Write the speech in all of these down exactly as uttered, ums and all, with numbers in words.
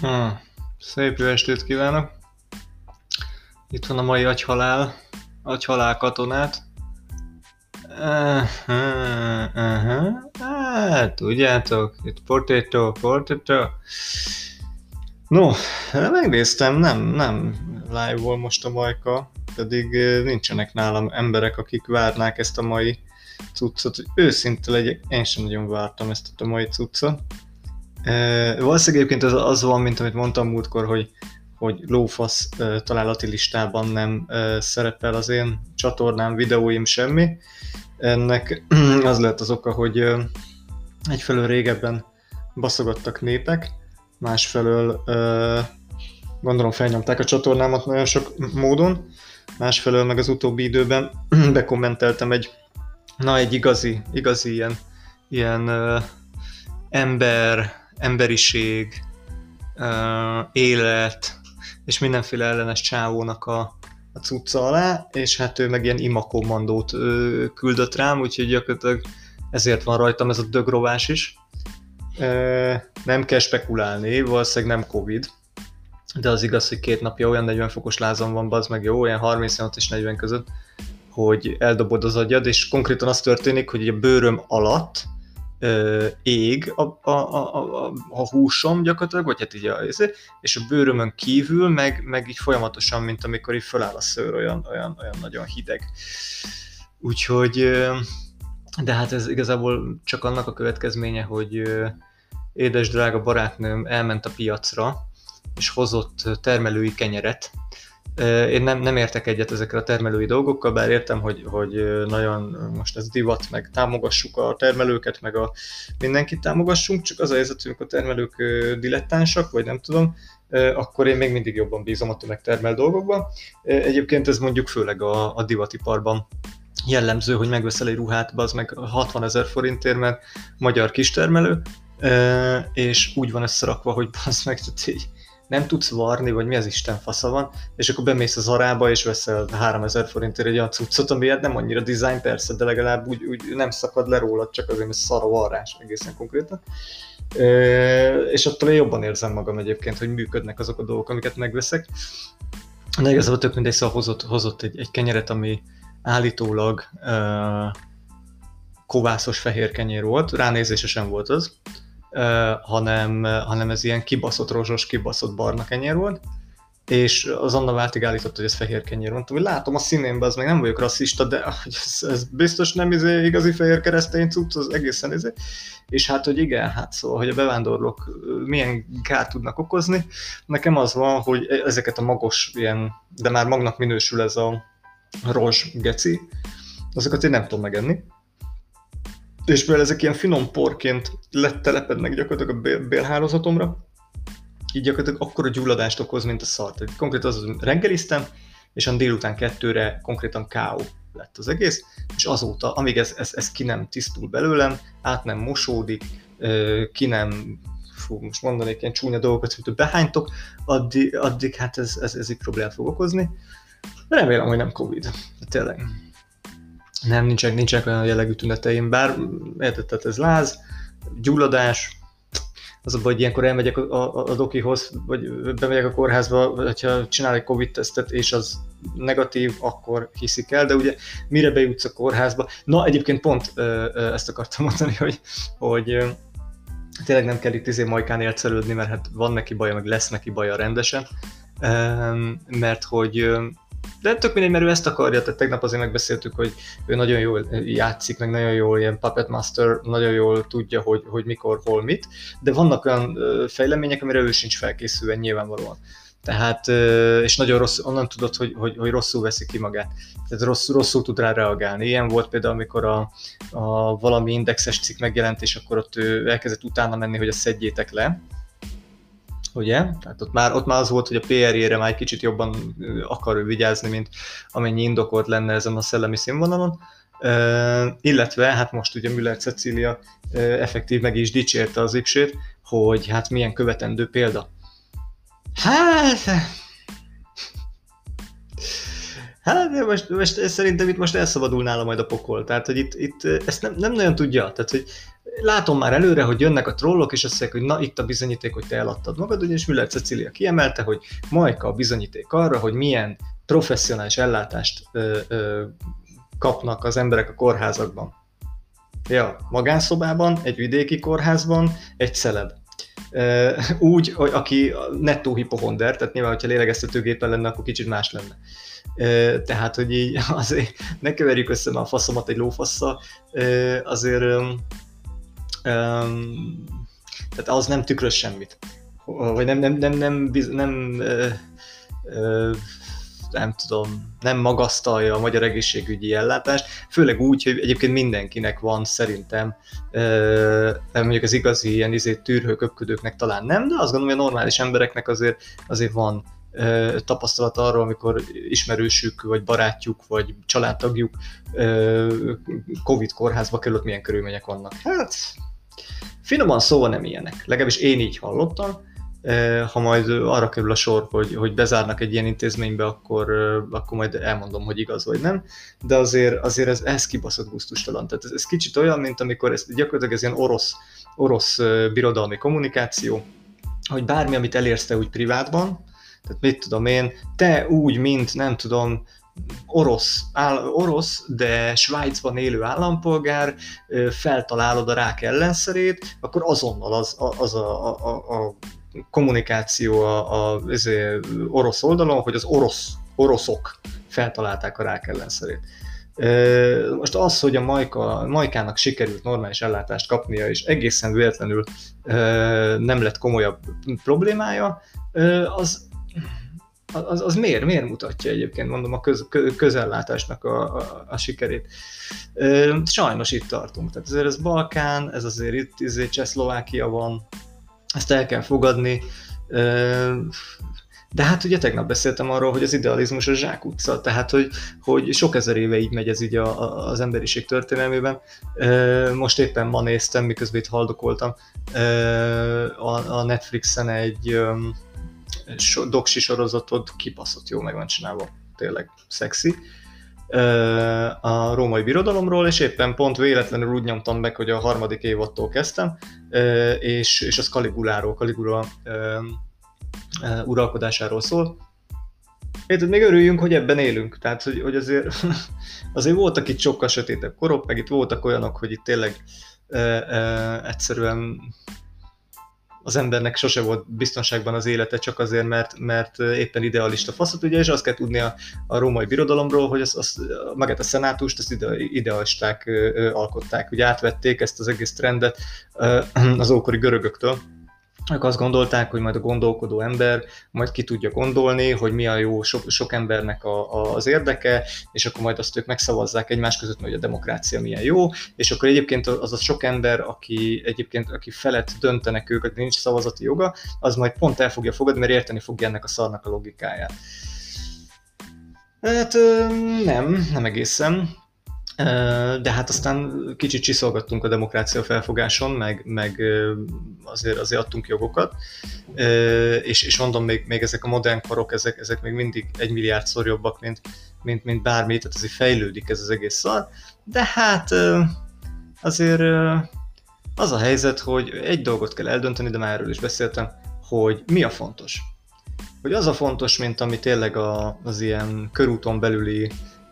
Hmm. Szép jó estét kívánok! Itt van a mai agyhalál, agyhalál katonát. Uh-huh, uh-huh. Hát, tudjátok, itt potato, potato. No, megnéztem, nem, nem live-vol most a Majka, pedig nincsenek nálam emberek, akik várnák ezt a mai cuccot, hogy őszinte legyek, én sem nagyon vártam ezt a mai cuccot. Uh, valószínűleg egyébként az, az van, mint amit mondtam múltkor, hogy, hogy lófasz uh, találati listában nem uh, szerepel az én csatornám, videóim, semmi. Ennek az lehet az oka, hogy uh, egyfelől régebben baszogattak népek, másfelől uh, gondolom felnyomták a csatornámat nagyon sok módon, másfelől meg az utóbbi időben bekommenteltem egy, na egy igazi, igazi ilyen, ilyen uh, ember, emberiség, uh, élet és mindenféle ellenes csávónak a, a cucca alá, és hát ő meg ilyen imakommandót uh, küldött rám, úgyhogy gyakorlatilag ezért van rajtam ez a dögrovás is. Uh, nem kell spekulálni, valószínűleg nem Covid, de az igaz, hogy két napja olyan negyven fokos lázam van, bazd meg jó, olyan harmincnyolc és negyven között, hogy eldobod az agyad, és konkrétan az történik, hogy a bőröm alatt ö, ég a, a, a, a, a húsom gyakorlatilag, vagy hát így a, és a bőrömön kívül meg, meg így folyamatosan, mint amikor így föláll a szőr, olyan, olyan, olyan nagyon hideg. Úgyhogy, de hát ez igazából csak annak a következménye, hogy édes drága barátnőm elment a piacra, és hozott termelői kenyeret. Én nem, nem értek egyet ezekkel a termelői dolgokkal, bár értem, hogy, hogy nagyon most ez divat, meg támogassuk a termelőket, meg a mindenkit támogassunk, csak az a helyzet, hogy a termelők dilettánsak, vagy nem tudom, akkor én még mindig jobban bízom a tömegtermel dolgokban. Egyébként ez mondjuk főleg a, a divatiparban jellemző, hogy megveszel egy ruhát, az meg hatvanezer forintért, mert magyar kistermelő, és úgy van összerakva, hogy az meg így nem tudsz varni, vagy mi az Isten fasza van, és akkor bemész az Zarába, és veszel háromezer forintért egy olyan cuccot, ami hát nem annyira design persze, de legalább úgy, úgy nem szakad le rólad, csak azért, mert szar a varrás egészen konkrétan. E, és attól én jobban érzem magam egyébként, hogy működnek azok a dolgok, amiket megveszek. De igazából tök mindegy, szóval hozott, hozott egy, egy kenyeret, ami állítólag uh, kovászos fehér kenyér volt, ránézése sem volt az. Uh, hanem, uh, hanem ez ilyen kibaszott rozsos, kibaszott barna kenyér volt, és az Anna Váltig állított, hogy ez fehér kenyér. Mondtam, hogy látom a színénben, az meg nem vagyok rasszista, de ez, ez biztos nem izé, igazi fehér keresztény cucc, az egészen izé. És hát, hogy igen, hát szóval, hogy a bevándorlók milyen kárt tudnak okozni. Nekem az van, hogy ezeket a magos ilyen, de már magnak minősül ez a rozs geci, azokat én nem tudom megenni. És mivel ezek ilyen finom porként letelepednek gyakorlatilag a bél- bélhálózatomra, így gyakorlatilag akkora gyulladást okoz, mint a szar. Tehát konkrétan az, hogy reggeliztem, és a délután kettőre konkrétan ká ó lett az egész, és azóta, amíg ez, ez, ez ki nem tisztul belőlem, át nem mosódik, ki nem, fú, most mondanék ilyen csúnya dolgokat, hogy behánytok, addig, addig hát ez, ez, ez így problémát fog okozni. Remélem, hogy nem Covid. De tényleg. Nem, nincsenek, nincsenek olyan jellegű tüneteim, bár érted, tehát ez láz, gyulladás, az a baj, hogy ilyenkor elmegyek a, a, a dokihoz, vagy bemegyek a kórházba, vagy ha csinál egy Covid-tesztet, és az negatív, akkor hiszik el, de ugye mire bejutsz a kórházba? Na, egyébként pont ö, ö, ezt akartam mondani, hogy, hogy ö, tényleg nem kell itt izé Majkán élcelődni, mert hát van neki baja, meg lesz neki baja rendesen, ö, mert hogy ö, de tök mindegy, mert ő ezt akarja, tehát tegnap azért megbeszéltük, hogy ő nagyon jól játszik, meg nagyon jól ilyen Puppet Master, nagyon jól tudja, hogy, hogy mikor, hol, mit, de vannak olyan fejlemények, amire ő sincs felkészülve nyilvánvalóan. Tehát, és nagyon rossz, onnan tudod, hogy, hogy, hogy rosszul veszi ki magát. Tehát rossz, rosszul tud rá reagálni. Ilyen volt például, amikor a, a valami indexes cikk megjelent, és akkor ott ő elkezdett utána menni, hogy a szedjétek le. Ugye? Tehát ott már, ott már az volt, hogy a pé er-jére már egy kicsit jobban akar ő vigyázni, mint amennyi indokolt lenne ezen a szellemi színvonalon. Uh, illetve, hát most ugye Müller Cecília uh, effektív meg is dicsérte az ipsét, hogy hát milyen követendő példa. Hát... Hát de most, most szerintem itt most elszabadul nála majd a pokol, tehát hogy itt, itt ezt nem, nem nagyon tudja, tehát hogy látom már előre, hogy jönnek a trollok, és azt mondják, hogy na, itt a bizonyíték, hogy te eladtad magad, ugyanis Müller Cecília kiemelte, hogy Majka a bizonyíték arra, hogy milyen professzionális ellátást ö, ö, kapnak az emberek a kórházakban. Ja, magánszobában, egy vidéki kórházban, egy celeb. Úgy, hogy aki nettó hipohonder, tehát nyilván, hogyha lélegeztetőgépen lenne, akkor kicsit más lenne. Tehát, hogy így azért ne keverjük össze már a faszomat egy lófasszal, azért tehát az nem tükröz semmit. Vagy nem, nem, nem, nem, nem, nem nem tudom, nem magasztalja a magyar egészségügyi ellátást, főleg úgy, hogy egyébként mindenkinek van szerintem, mondjuk az igazi ilyen izé, tűrhőköpködőknek talán nem, de azt gondolom, hogy a normális embereknek azért, azért van tapasztalat arról, amikor ismerősük, vagy barátjuk, vagy családtagjuk Covid kórházba került, milyen körülmények vannak. Hát, finoman szóval nem ilyenek. Legalábbis én így hallottam. Ha majd arra kerül a sor, hogy, hogy bezárnak egy ilyen intézménybe, akkor, akkor majd elmondom, hogy igaz vagy nem. De azért, azért ez, ez kibaszott gusztustalan. Tehát ez, ez kicsit olyan, mint amikor ez gyakorlatilag ez ilyen orosz, orosz birodalmi kommunikáció, hogy bármi, amit elérsz te úgy privátban, tehát mit tudom én, te úgy, mint nem tudom, orosz, áll, orosz, de Svájcban élő állampolgár, feltalálod a rák ellenszerét, akkor azonnal az, az a, a, a, a kommunikáció a, a, az orosz oldalon, hogy az orosz, oroszok feltalálták a rák ellenszerét. Most az, hogy a Majka, Majkának sikerült normális ellátást kapnia, és egészen véletlenül nem lett komolyabb problémája, az Az, az miért, miért mutatja egyébként, mondom, a köz, közellátásnak a, a, a sikerét. Sajnos itt tartunk. Tehát azért ez Balkán, ez azért itt azért Csehszlovákia van, ezt el kell fogadni. De hát ugye tegnap beszéltem arról, hogy az idealizmus a zsákutca, tehát hogy, hogy sok ezer éve így megy ez így a, a, az emberiség történelmében. Most éppen ma néztem, miközben itt haldokoltam a, a Netflixen egy So, doksi sorozatod kibaszott jó meg van csinálva, tényleg szexi, a római birodalomról, és éppen pont véletlenül úgy nyomtam meg, hogy a harmadik évadtól kezdtem, és, és az Caliguláról, Caligula uralkodásáról szól. Érted, még örüljünk, hogy ebben élünk, tehát hogy, hogy azért, azért voltak itt sokkal sötétebb korok, meg itt voltak olyanok, hogy itt tényleg egyszerűen az embernek sose volt biztonságban az élete, csak azért, mert, mert éppen idealista faszot, ugye, és azt kell tudni a, a római birodalomról, hogy az, az, magát a szenátust, azt ide, idealisták ö, alkották, ugye átvették ezt az egész trendet ö, az ókori görögöktől. Ők azt gondolták, hogy majd a gondolkodó ember majd ki tudja gondolni, hogy mi a jó sok, sok embernek a, a, az érdeke, és akkor majd azt ők megszavazzák egymás között, hogy a demokrácia milyen jó, és akkor egyébként az a sok ember, aki egyébként aki felett döntenek ők, aki nincs szavazati joga, az majd pont el fogja fogadni, mert érteni fogja ennek a szarnak a logikáját. Hát nem, nem egészen. De hát aztán kicsit csiszolgattunk a demokrácia felfogáson, meg, meg azért, azért adtunk jogokat, és, és mondom, még, még ezek a modern korok, ezek, ezek még mindig egy milliárdszor jobbak, mint, mint, mint bármi, tehát azért fejlődik ez az egész szar, de hát azért az a helyzet, hogy egy dolgot kell eldönteni, de már erről is beszéltem, hogy mi a fontos. Hogy az a fontos, mint ami tényleg a, az ilyen körúton belüli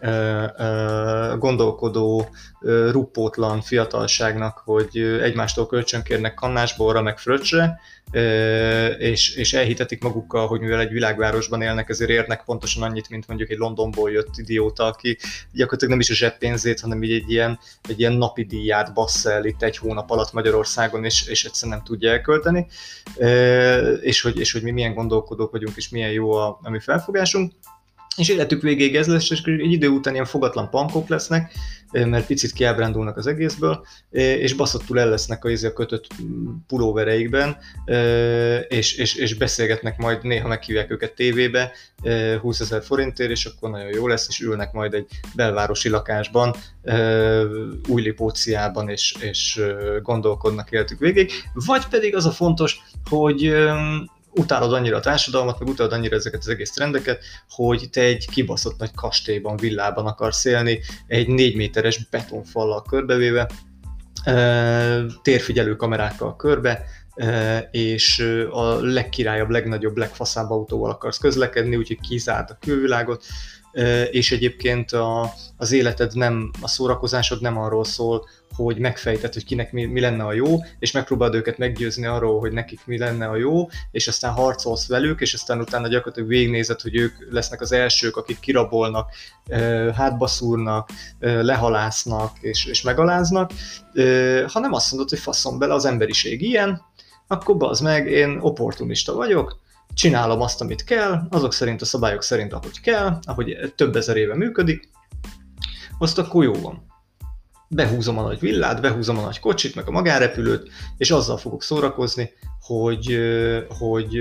gondolkodó, ruppótlan fiatalságnak, hogy egymástól kölcsönkérnek kannásborra, meg fröccsre, és, és elhitetik magukkal, hogy mivel egy világvárosban élnek, ezért érnek pontosan annyit, mint mondjuk egy Londonból jött idióta, aki gyakorlatilag nem is a zseppénzét, hanem így egy ilyen, egy ilyen napi díját bassza el itt egy hónap alatt Magyarországon, és, és egyszerűen nem tudja elkölteni, és hogy, és hogy mi milyen gondolkodók vagyunk, és milyen jó a, a mi felfogásunk. És életük végéig ez lesz, és egy idő után ilyen fogatlan pankok lesznek, mert picit kiábrándulnak az egészből, és baszottul el lesznek a, a kötött pulóvereikben, és, és, és beszélgetnek majd, néha meghívják őket tévébe húszezer forintért, és akkor nagyon jó lesz, és ülnek majd egy belvárosi lakásban, Újlipóciában, és, és gondolkodnak életük végéig. Vagy pedig az a fontos, hogy utálod annyira a társadalmat, meg utálod annyira ezeket az egész trendeket, hogy te egy kibaszott nagy kastélyban, villában akarsz élni, egy négy méteres betonfallal körbevéve, térfigyelő kamerákkal körbe, és a legkirályabb, legnagyobb, legfaszább autóval akarsz közlekedni, úgyhogy kizárd a külvilágot, és egyébként a, az életed nem, a szórakozásod nem arról szól, hogy megfejted, hogy kinek mi, mi lenne a jó, és megpróbálod őket meggyőzni arról, hogy nekik mi lenne a jó, és aztán harcolsz velük, és aztán utána gyakorlatilag végignézed, hogy ők lesznek az elsők, akik kirabolnak, hátba szúrnak, lehalásznak és, és megaláznak, hanem azt mondod, hogy faszom bele, az emberiség ilyen, akkor bazd meg, én opportunista vagyok, csinálom azt, amit kell, azok szerint, a szabályok szerint, ahogy kell, ahogy több ezer éve működik, azt akkor jó van. Behúzom a nagy villát, behúzom a nagy kocsit, meg a magánrepülőt, és azzal fogok szórakozni, hogy, hogy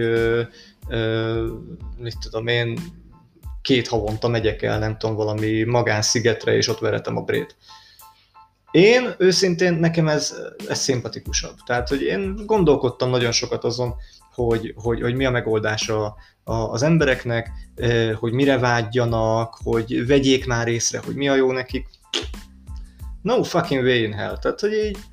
mit tudom én, két havonta megyek el, nem tudom, valami magánszigetre, és ott veretem a brét. Én őszintén, nekem ez, ez szimpatikusabb. Tehát, hogy én gondolkodtam nagyon sokat azon, hogy, hogy, hogy mi a megoldása az embereknek, hogy mire vágyjanak, hogy vegyék már észre, hogy mi a jó nekik. No fucking way in hell. Tehát, hogy így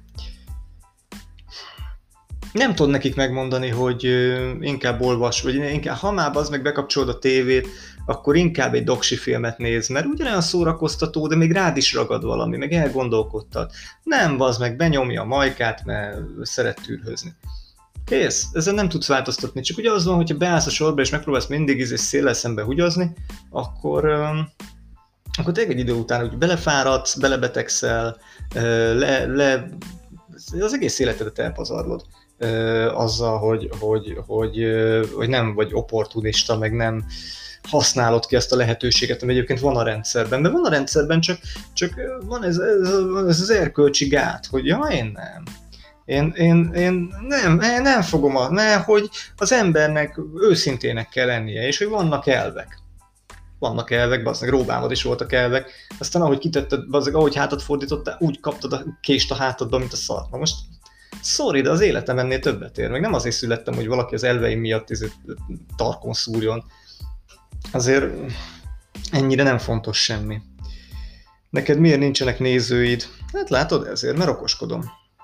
nem tudod nekik megmondani, hogy inkább olvas, vagy inkább, ha már az meg bekapcsolod a tévét, akkor inkább egy doksi filmet néz, mert ugyanolyan szórakoztató, de még rád is ragad valami, meg elgondolkodtat. Nem, bazd meg, benyomja a majkát, mert szeret tűrhözni. Kész, ezzel nem tudsz változtatni. Csak ugye az van, hogyha beállsz a sorba, és megpróbálsz mindig izé széllel szembe hugyozni, akkor, akkor tényleg egy idő után úgy belefáradsz, belebetegszel, le, le, az egész életedet elpazarlod. Azzal, hogy, hogy, hogy, hogy nem vagy opportunista, meg nem használod ki ezt a lehetőséget, ami egyébként van a rendszerben. De van a rendszerben, csak, csak van ez, ez, ez az erkölcsi gát, hogy ja, én nem. Én, én, én nem, én nem fogom, a, mert hogy az embernek őszintének kell lennie, és hogy vannak elvek. Vannak elvek, bazdmeg, Róbámod is voltak elvek, aztán ahogy kitetted, bazdmeg, ahogy hátat fordítottál, úgy kaptad a kést a hátadba, mint a szar. Na most sorry, de az életem ennél többet ér. Meg nem azért születtem, hogy valaki az elveim miatt tarkon szúrjon. Azért ennyire nem fontos semmi. Neked miért nincsenek nézőid? Hát látod, ezért, mert okoskodom.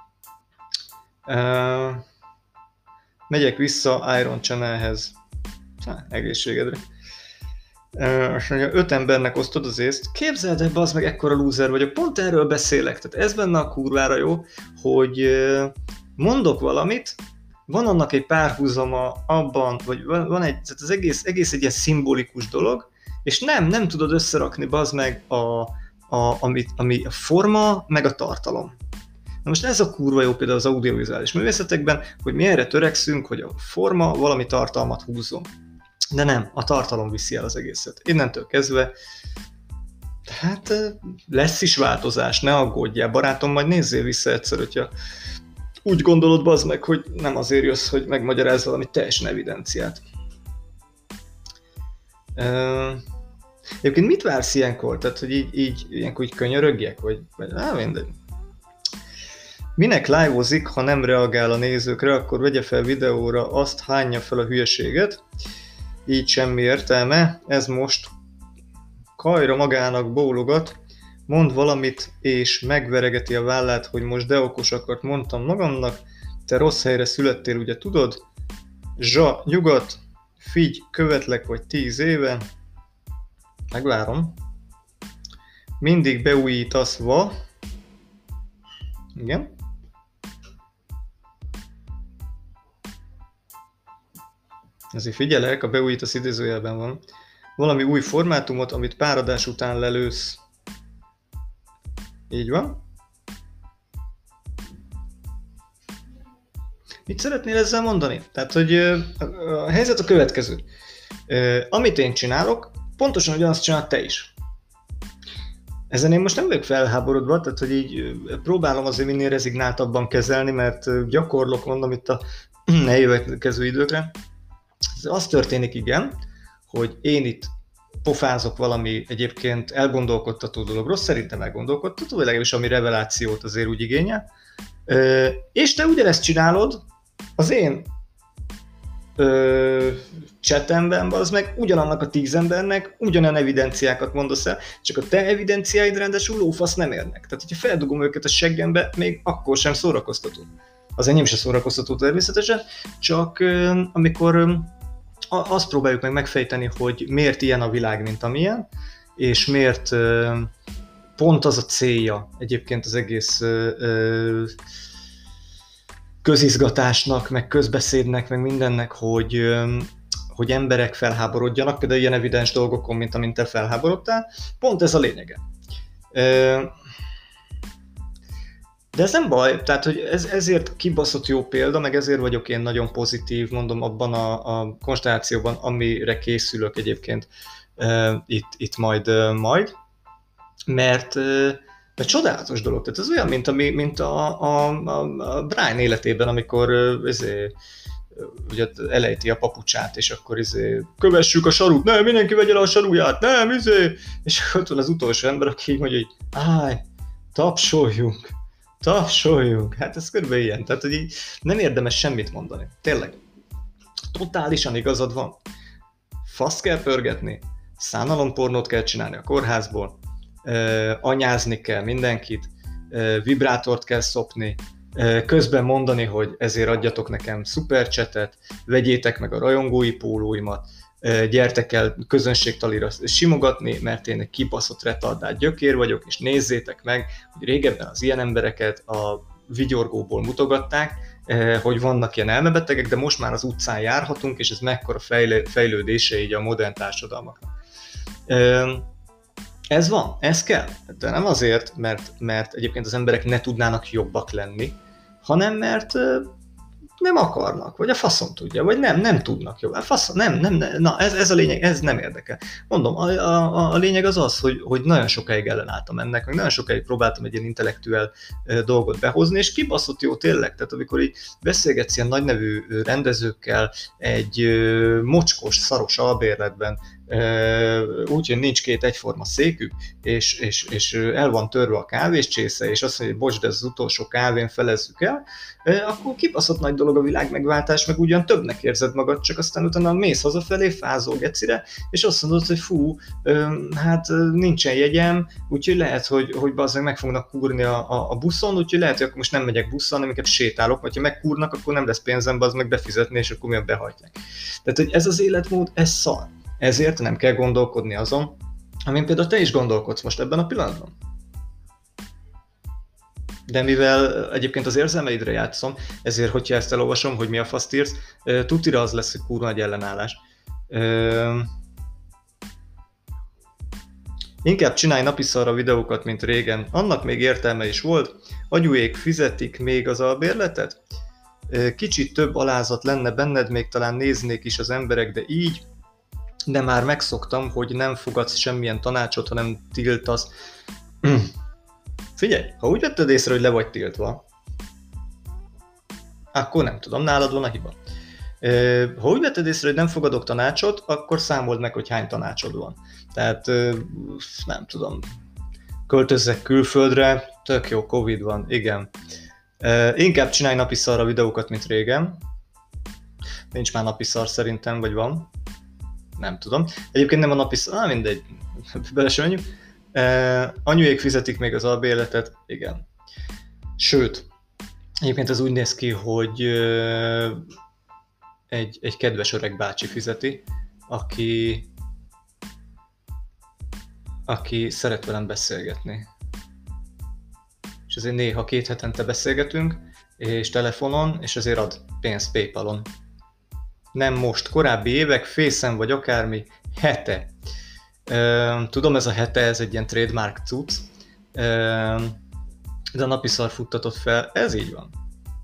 Uh, megyek vissza Iron Channelhez. Há, egészségedre. Uh, azt mondja, öt embernek osztod az észt. Képzeld el, bazd meg, ekkora loser vagyok. Pont erről beszélek. Tehát ez benne a kurvára jó, hogy uh, mondok valamit, van annak egy párhuzama abban, vagy van egy, tehát az egész, egész egy ilyen szimbolikus dolog, és nem, nem tudod összerakni, bazd meg, a, a, ami, ami a forma, meg a tartalom. Na most ez a kurva jó például az audiovizuális művészetekben, hogy mi erre törekszünk, hogy a forma valami tartalmat húzzon. De nem, a tartalom viszi el az egészet. Innentől kezdve, hát lesz is változás, ne aggódjál, barátom, majd nézzél vissza egyszer, hogyha úgy gondolod, bazd meg, hogy nem azért jössz, hogy megmagyarázz valami teljesen evidenciát. Uh, egyébként mit vársz ilyenkor? Tehát, hogy így, így ilyenkor így könyörögjek? Vagy, vagy á, mindegy. Minek live-ozik, ha nem reagál a nézőkre, akkor vegye fel videóra, azt hányja fel a hülyeséget. Így semmi értelme. Ez most kajra magának bólogat, mond valamit, és megveregeti a vállát, hogy most de okosakat mondtam magamnak, te rossz helyre születtél, ugye tudod? Zsa, nyugat, figy, követlek vagy tíz éve. Megvárom. Mindig beújítasz, va. Igen. Ezért figyelek, a beújítasz idézőjelben van. Valami új formátumot, amit pár adás után lelősz. Így van. Mit szeretnél ezzel mondani? Tehát, hogy a helyzet a következő. Amit én csinálok, pontosan ugyanazt csinálod te is. Ezen én most nem vagyok felháborodva, tehát, hogy így próbálom azért minél rezignáltabban kezelni, mert gyakorlok, mondom itt a eljövetkező időkre. Az történik, igen, hogy én itt pofázok valami egyébként elgondolkodtató dologról, szerintem elgondolkodtató, vagy legalábbis ami revelációt azért úgy igényel. És te ugyanezt csinálod az én ö, chatemben, az meg ugyanannak a tíz embernek ugyanolyan evidenciákat mondasz el, csak a te evidenciáid ráadásul lófasz nem érnek. Tehát, hogyha feldugom őket a seggembe, még akkor sem szórakoztató. Az enyém sem szórakoztató természetesen, csak euh, amikor euh, azt próbáljuk meg megfejteni, hogy miért ilyen a világ, mint amilyen, és miért euh, pont az a célja egyébként az egész euh, közizgatásnak, meg közbeszédnek, meg mindennek, hogy, hogy emberek felháborodjanak, például ilyen evidens dolgokon, mint amint te felháborodtál, pont ez a lényege. De ez nem baj, tehát hogy ez, ezért kibaszott jó példa, meg ezért vagyok én nagyon pozitív, mondom, abban a, a konstellációban, amire készülök egyébként itt, itt majd, majd, mert Mert csodálatos dolog, tehát ez olyan, mint, ami, mint a, a, a Brian életében, amikor izé, ugye elejti a papucsát, és akkor izé, kövessük a sarut, nem, mindenki vegye le a saruját, nem, izé, és akkor ott van az utolsó ember, aki így mondja, hogy állj, tapsoljunk, tapsoljunk, hát ez körülbelül ilyen, tehát hogy így nem érdemes semmit mondani, tényleg, totálisan igazad van, faszt kell pörgetni, szánalompornót kell csinálni a kórházból, Uh, anyázni kell mindenkit, uh, vibrátort kell szopni, uh, közben mondani, hogy ezért adjatok nekem szupercsetet, vegyétek meg a rajongói pólóimat, uh, gyertek el közönségtalira simogatni, mert én egy kibaszott retardált gyökér vagyok, és nézzétek meg, hogy régebben az ilyen embereket a vigyorgóból mutogatták, uh, hogy vannak ilyen elmebetegek, de most már az utcán járhatunk, és ez mekkora fejlő, fejlődése így a modern társadalmaknak. Uh, Ez van, ez kell, de nem azért, mert, mert egyébként az emberek ne tudnának jobbak lenni, hanem mert nem akarnak, vagy a faszom tudja, vagy nem, nem tudnak jobbak. Faszom, nem, nem, nem, na ez, ez a lényeg, ez nem érdekel. Mondom, a, a, a lényeg az az, hogy, hogy nagyon sokáig ellenálltam ennek, meg nagyon sokáig próbáltam egy ilyen intellektuál dolgot behozni, és kibaszott jó tényleg, tehát amikor így beszélgetsz ilyen nagynevű rendezőkkel egy mocskos, szaros albérletben, úgyhogy nincs két egyforma székük, és, és, és el van törve a kávéscsésze, és azt mondja, hogy bocs, de ez az utolsó kávén felezzük el, akkor kibaszott nagy dolog a világmegváltás, meg ugyan többnek érzed magad, csak aztán utána mész hazafelé, fázol gecire, és azt mondod, hogy fú, hát nincsen jegyem, úgyhogy lehet, hogy, hogy bazzeg meg fognak kúrni a, a, a buszon, úgyhogy lehet, hogy akkor most nem megyek busszal, hanem inkább sétálok, vagy ha megkúrnak, akkor nem lesz pénzem, bazd meg befizetni, és akkor miért behajtják. Tehát, hogy ez az életmód, ez szar. Ezért nem kell gondolkodni azon, amin például te is gondolkodsz most ebben a pillanatban. De mivel egyébként az érzelmeidre játszom, ezért, hogyha ezt elolvasom, hogy mi a faszt írsz, tutira az lesz, hogy kurva nagy ellenállás. Inkább csinálj napi szarra videókat, mint régen. Annak még értelme is volt. Agyúék fizetik még az albérletet? Kicsit több alázat lenne benned, még talán néznék is az emberek, de így. De már megszoktam, hogy nem fogadsz semmilyen tanácsot, hanem tiltasz. Figyelj, ha úgy vetted észre, hogy le vagy tiltva, akkor nem tudom, nálad van a hiba. Ha úgy vetted észre, hogy nem fogadok tanácsot, akkor számold meg, hogy hány tanácsod van. Tehát nem tudom, költözzek külföldre, tök jó, Covid van, igen. Inkább csinálj napi szarra videókat, mint régen. Nincs már napi szar szerintem, vagy van. Nem tudom. Egyébként nem a napi szar, ah, mindegy, bele sem menjünk. Anyuék fizetik még az albérletet, igen. Sőt, egyébként ez úgy néz ki, hogy egy, egy kedves öreg bácsi fizeti, aki, aki szeret velem beszélgetni. És azért néha két hetente beszélgetünk, és telefonon, és azért ad pénzt PayPalon. Nem most, korábbi évek, Face-en vagy akármi, hete. Tudom, ez a hete, ez egy ilyen trademark cucc, de a napi szar futtatott fel, ez így van.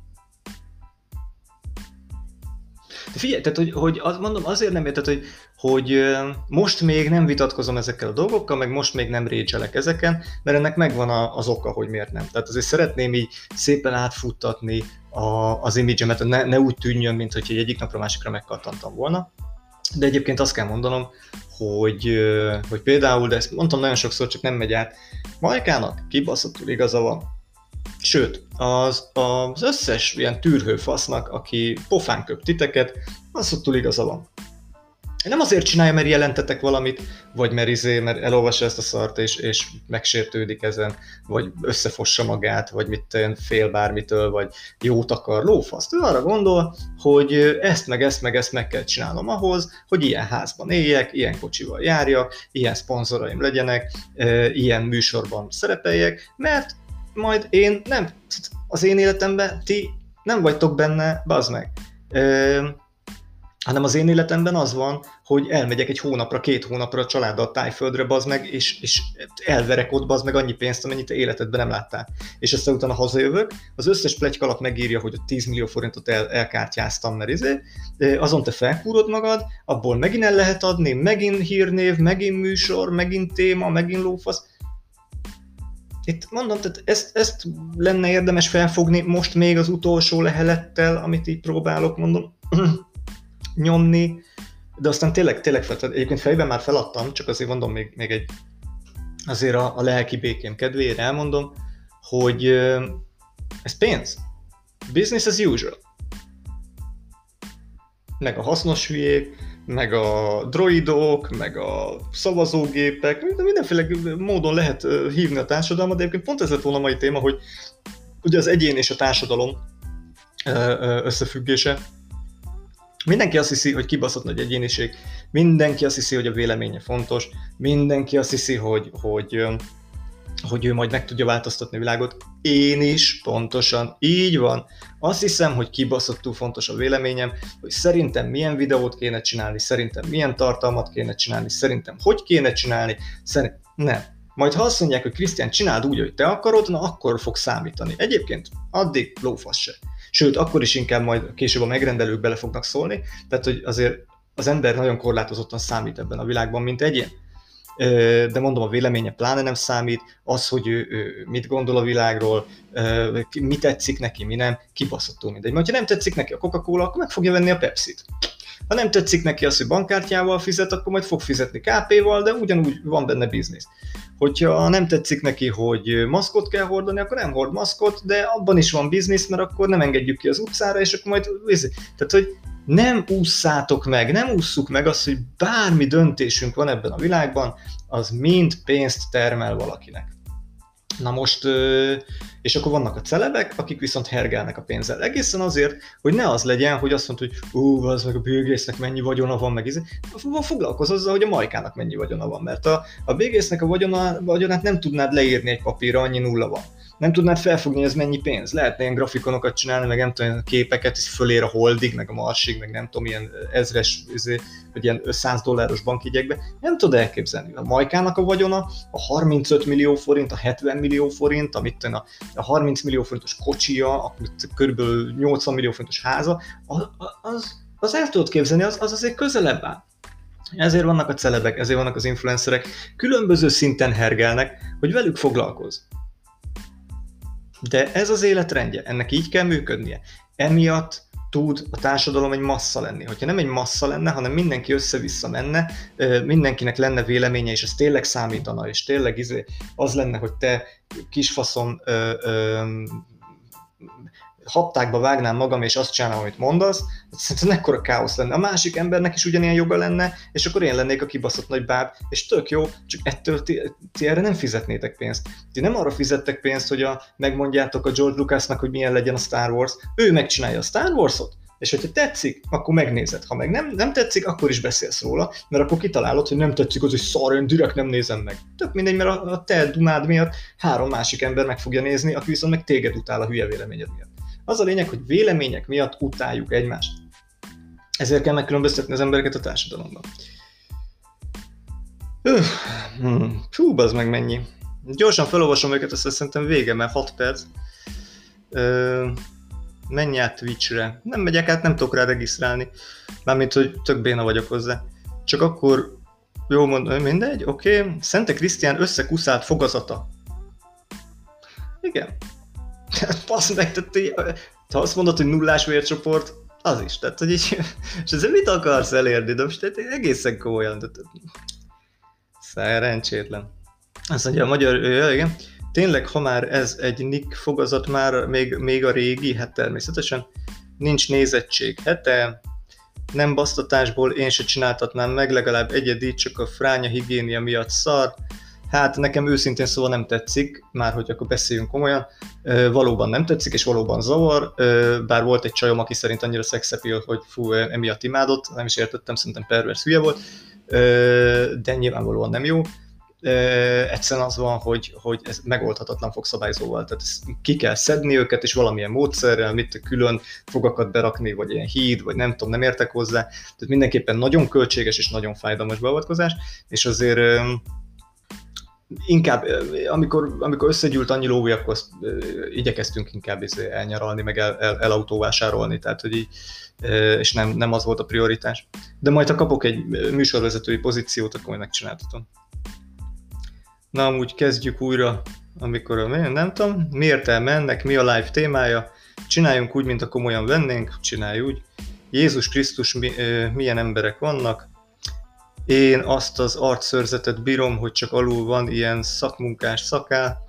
De figyelj, tehát, hogy, hogy az, mondom, azért nem érted, hogy, hogy most még nem vitatkozom ezekkel a dolgokkal, meg most még nem récselek ezeken, mert ennek megvan a, az oka, hogy miért nem. Tehát azért szeretném így szépen átfuttatni a, az imidzsemet, ne, ne úgy tűnjön, mint hogy egyik napra másikra megkattantam volna. De egyébként azt kell mondanom, hogy, hogy például, de ezt mondtam nagyon sokszor, csak nem megy át, Majkának kibaszottul igaza van. Sőt, az, az összes ilyen tűrhőfasznak, aki pofán köp titeket, baszottul igaza van. Nem azért csinálja, mert jelentetek valamit, vagy mert, izé, mert elolvassa ezt a szart, és, és megsértődik ezen, vagy összefossa magát, vagy mit tőn, fél bármitől, vagy jót akar, lófaszt. Ő arra gondol, hogy ezt meg ezt meg ezt meg kell csinálnom ahhoz, hogy ilyen házban éljek, ilyen kocsival járjak, ilyen szponzoraim legyenek, ilyen műsorban szerepeljek, mert majd én nem, az én életemben ti nem vagytok benne, bazd meg. Hanem az én életemben az van, hogy elmegyek egy hónapra, két hónapra a családdal Tájföldre, bazd meg, és, és elverek ott, bazd meg annyi pénzt, amennyit te életedben nem láttál. És aztán utána hazajövök, az összes pletyka alatt megírja, hogy a tíz millió forintot el, elkártyáztam, mert izé, azon te felkúrod magad, abból megint el lehet adni, megint hírnév, megint műsor, megint téma, megint lófasz. Itt mondom, tehát ezt, ezt lenne érdemes felfogni most még az utolsó lehelettel, amit így próbálok, mondom, nyomni, de aztán tényleg, tényleg fel, tehát egyébként fejben már feladtam, csak azért mondom még, még egy, azért a, a lelki békém kedvéért elmondom, hogy ez pénz. Business as usual. Meg a hasznos hülyék, meg a droidok, meg a szavazógépek, mindenféle módon lehet hívni a társadalmat, de egyébként pont ez lett volna a mai téma, hogy ugye az egyén és a társadalom összefüggése. Mindenki azt hiszi, hogy kibaszott nagy egyéniség, mindenki azt hiszi, hogy a véleménye fontos, mindenki azt hiszi, hogy, hogy, hogy ő majd meg tudja változtatni a világot. Én is pontosan így van. Azt hiszem, hogy kibaszottul fontos a véleményem, hogy szerintem milyen videót kéne csinálni, szerintem milyen tartalmat kéne csinálni, szerintem hogy kéne csinálni, szerint... nem. Majd ha azt mondják, hogy Krisztián, csináld úgy, hogy te akarod, na akkor fog számítani. Egyébként addig lófasz se. Sőt, akkor is inkább majd később a megrendelők bele fognak szólni, tehát hogy azért az ember nagyon korlátozottan számít ebben a világban, mint egyén. De mondom, a véleménye pláne nem számít, az, hogy ő, ő mit gondol a világról, mi tetszik neki, mi nem, kibaszottul mindegy. Mert ha nem tetszik neki a Coca-Cola, akkor meg fogja venni a Pepsit. Ha nem tetszik neki az, hogy bankkártyával fizet, akkor majd fog fizetni ká péval, de ugyanúgy van benne biznisz. Hogyha nem tetszik neki, hogy maszkot kell hordani, akkor nem hord maszkot, de abban is van biznisz, mert akkor nem engedjük ki az utcára, és akkor majd... Tehát, hogy nem ússzátok meg, nem ússzuk meg azt, hogy bármi döntésünk van ebben a világban, az mind pénzt termel valakinek. Na most, és akkor vannak a celebek, akik viszont hergelnek a pénzzel. Egészen azért, hogy ne az legyen, hogy azt mondod, hogy ú, az meg a Bill Gatesnek mennyi vagyona van, meg izé. Foglalkozz azzal, hogy a Majkának mennyi vagyona van, mert a, a Bill Gatesnek a vagyona, vagyonát nem tudnád leírni egy papírra, annyi nulla van. Nem tudnád felfogni, hogy ez mennyi pénz. Lehetne ilyen grafikonokat csinálni, meg nem tudom, képeket, és fölér a holdig, meg a marsig, meg nem tudom, ilyen ezres, vagy ilyen száz dolláros bankjegyekbe. Nem tudod elképzelni. A Majkának a vagyona, a harmincöt millió forint, a hetven millió forint, amit a, a harminc millió forintos kocsija, a körülbelül nyolcvan millió forintos háza, az, az, az el tudod képzelni, az, az azért közelebb áll. Ezért vannak a celebek, ezért vannak az influencerek, különböző szinten hergelnek, hogy velük foglalkozz. De ez az életrendje, ennek így kell működnie. Emiatt tud a társadalom egy massza lenni. Hogyha nem egy massza lenne, hanem mindenki össze-vissza menne, mindenkinek lenne véleménye, és ez tényleg számítana, és tényleg izé az lenne, hogy te kisfaszom ö, ö, haptákba vágnám magam, és azt csinálom, amit mondasz, szerintem ekkora káosz lenne. A másik embernek is ugyanilyen joga lenne, és akkor én lennék a kibaszott nagy báb, és tök jó, csak ettől ti, ti erre nem fizetnétek pénzt. Ti nem arra fizettek pénzt, hogy a, megmondjátok a George Lucasnak, hogy milyen legyen a Star Wars. Ő megcsinálja a Star Wars-ot, és hogyha tetszik, akkor megnézed. Ha meg nem, nem tetszik, akkor is beszélsz róla, mert akkor kitalálod, hogy nem tetszik, az, hogy szar, én direkt nem nézem meg. Tök mindegy, mert a, a te dumád miatt három másik ember meg fogja nézni, aki viszont meg téged utál a hülye véleményed miatt. Az a lényeg, hogy vélemények miatt utáljuk egymást. Ezért kell megkülönböztetni az embereket a társadalomban. Öh, hmm, fú, bazd meg mennyi. Gyorsan felolvasom őket, azt szerintem vége, mert hat perc. Ö, menj át Twitchre. Nem megyek át, nem tudok rá regisztrálni. Mármint, hogy tök béna vagyok hozzá. Csak akkor, jó mondom, mindegy, oké. Okay. Szente Krisztián összekuszált fogazata. Igen. Passz meg, tehát, ha azt mondod, hogy nullás vércsoport, az is. Tehát, hogy így, és ezzel mit akarsz elérni? De most egészen komolyan. Tehát, szerencsétlen. Azt mondja, a magyar, ja, igen. Tényleg, ha már ez egy nick fogazat, már még, még a régi, hát természetesen nincs nézettség hete, Nem basztatásból én se csináltatnám meg, legalább egyedi, csak a fránya higiénia miatt szar. Hát nekem őszintén szóval nem tetszik, már hogy akkor beszéljünk komolyan, valóban nem tetszik, és valóban zavar, bár volt egy csajom, aki szerint annyira szexepil, hogy fú, emiatt imádott, nem is értettem, szerintem pervers hülye volt, de nyilvánvalóan nem jó. Egyszerűen az van, hogy, hogy ez megoldhatatlan fogszabályzóval, tehát ki kell szedni őket, és valamilyen módszerrel, mit külön fogakat berakni, vagy ilyen híd, vagy nem tudom, nem értek hozzá, tehát mindenképpen nagyon költséges és nagyon fájdalmas beavatkozás, és azért inkább, amikor, amikor összegyűlt annyi lóvé, akkor azt igyekeztünk inkább elnyaralni, meg el, el, elautóvásárolni, tehát hogy így, és nem, nem az volt a prioritás. De majd ha kapok egy műsorvezetői pozíciót, akkor majd megcsináltatom. Na, amúgy kezdjük újra, amikor nem tudom, miért elmennek, mi a live témája, csináljunk úgy, mint a komolyan vennénk, csinálj úgy. Jézus Krisztus, mi, milyen emberek vannak, én azt az arcszőrzetet bírom, hogy csak alul van ilyen szakmunkás szakál.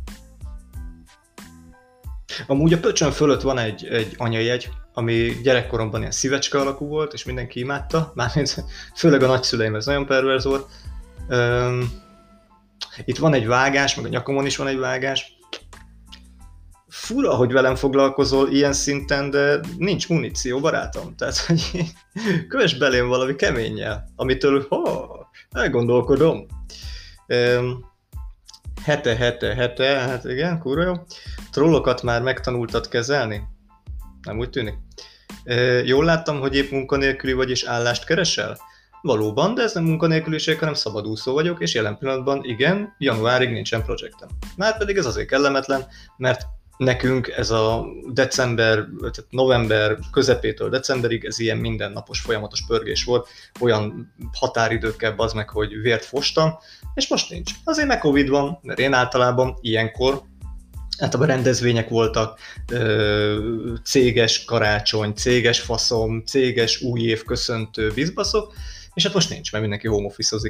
Amúgy a pöcsön fölött van egy, egy anyajegy, ami gyerekkoromban ilyen szívecske alakú volt, és mindenki imádta, mármint főleg a nagyszüleim, ez nagyon perverz volt. Um, itt van egy vágás, meg a nyakomon is van egy vágás. Fura, hogy velem foglalkozol ilyen szinten, de nincs muníció, barátom. Tehát, hogy kövess belém valami keménnyel, amitől, ha, elgondolkodom. Um, hete, hete, hete, hát igen, kurva jó. Trollokat már megtanultad kezelni? Nem úgy tűnik. Uh, jól láttam, hogy épp munkanélküli vagy és állást keresel? Valóban, de ez nem munkanélküliség, hanem szabadúszó vagyok, és jelen pillanatban igen, januárig nincsen projektem. Márpedig ez azért kellemetlen, mert nekünk ez a december, tehát november közepétől decemberig ez ilyen mindennapos folyamatos pörgés volt, olyan határidőkkel bazd meg, hogy vért fostam, és most nincs. Azért meg Covid van, mert én általában ilyenkor, általában rendezvények voltak, céges karácsony, céges faszom, céges új év köszöntő bizbaszok, és hát most nincs, mert mindenki home office-ozik.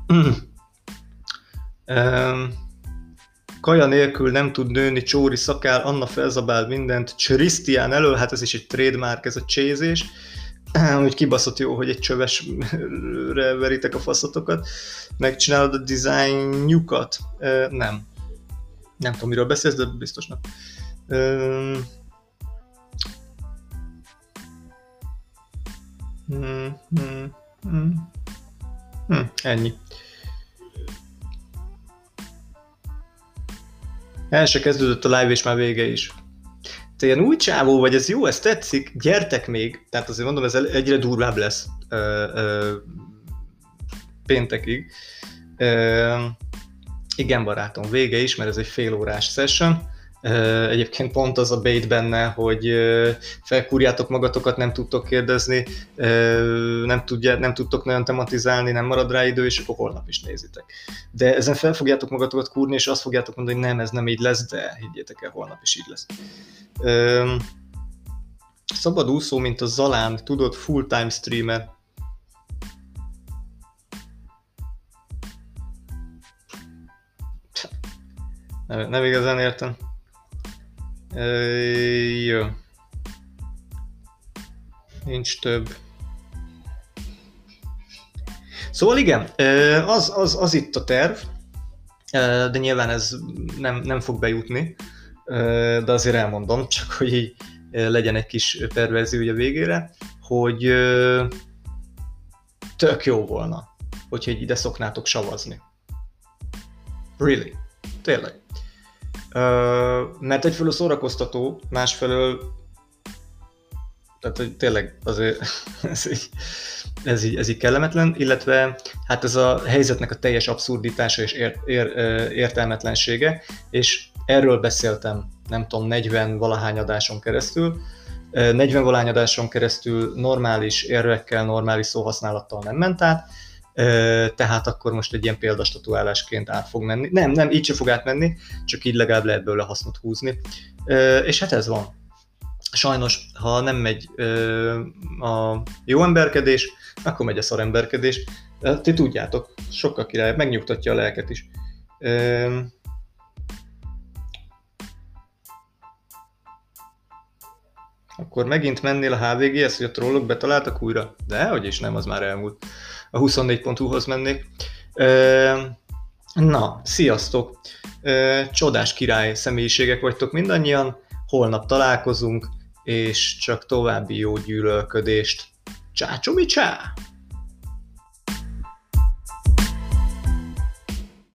Kaja nélkül nem tud nőni, csóri szakál, Anna felzabál mindent, Krisztián elől, hát ez is egy trademark, ez a csézés. Úgy kibaszott jó, hogy egy csövesre veritek a faszotokat. Megcsinálod a designjukat? Nem. Nem tudom, miről beszélsz, de biztosnak. Hmm, hmm, hmm. Hmm, ennyi. El se kezdődött a live, és már vége is. Te ilyen új csávó vagy, ez jó, ez tetszik, gyertek még. Tehát azért mondom, ez egyre durvább lesz ö, ö, péntekig. Ö, igen, barátom, vége is, mert ez egy fél órás session. Egyébként pont az a bait benne, hogy felkúrjátok magatokat, nem tudtok kérdezni, nem, tudja, nem tudtok nagyon tematizálni, nem marad rá idő, és akkor holnap is nézitek. De ezen fel fogjátok magatokat kúrni, és azt fogjátok mondani, hogy nem, ez nem így lesz, de higgyétek el, holnap is így lesz. Szabad úszó, mint a Zalán, tudod, full-time streamer. Nem, nem igazán értem. Uh, jó. Nincs több. Szóval igen, az, az, az itt a terv, de nyilván ez nem, nem fog bejutni, de azért elmondom, csak hogy így legyen egy kis perverzió a végére, hogy tök jó volna, hogyha így ide szoknátok savazni. Really. Tényleg. Uh, mert egyfelől szórakoztató, másfelől tehát hogy tényleg azért ez így, ez, így, ez így kellemetlen, illetve hát ez a helyzetnek a teljes abszurditása és ér, ér, értelmetlensége, és erről beszéltem, nem tudom, negyven valahány adáson keresztül, negyven valahány adáson keresztül normális érvekkel, normális szóhasználattal nem ment át, tehát akkor most egy ilyen példastatuálásként át fog menni. Nem, nem, így sem fog átmenni, csak így legalább lehet belőle hasznot húzni. És hát ez van. Sajnos, ha nem megy a jó emberkedés, akkor megy a szaremberkedés. Ti tudjátok, sokkal király, megnyugtatja a lelket is. Akkor megint mennél a há vé gé-hez, hogy a trollok betaláltak újra? Dehogy is nem, az már elmúlt. A huszonnégy pont hu-hoz mennék. Na, sziasztok! Csodás király személyiségek vagytok mindannyian. Holnap találkozunk, és csak további jó gyűlölködést. Csácsomi csá!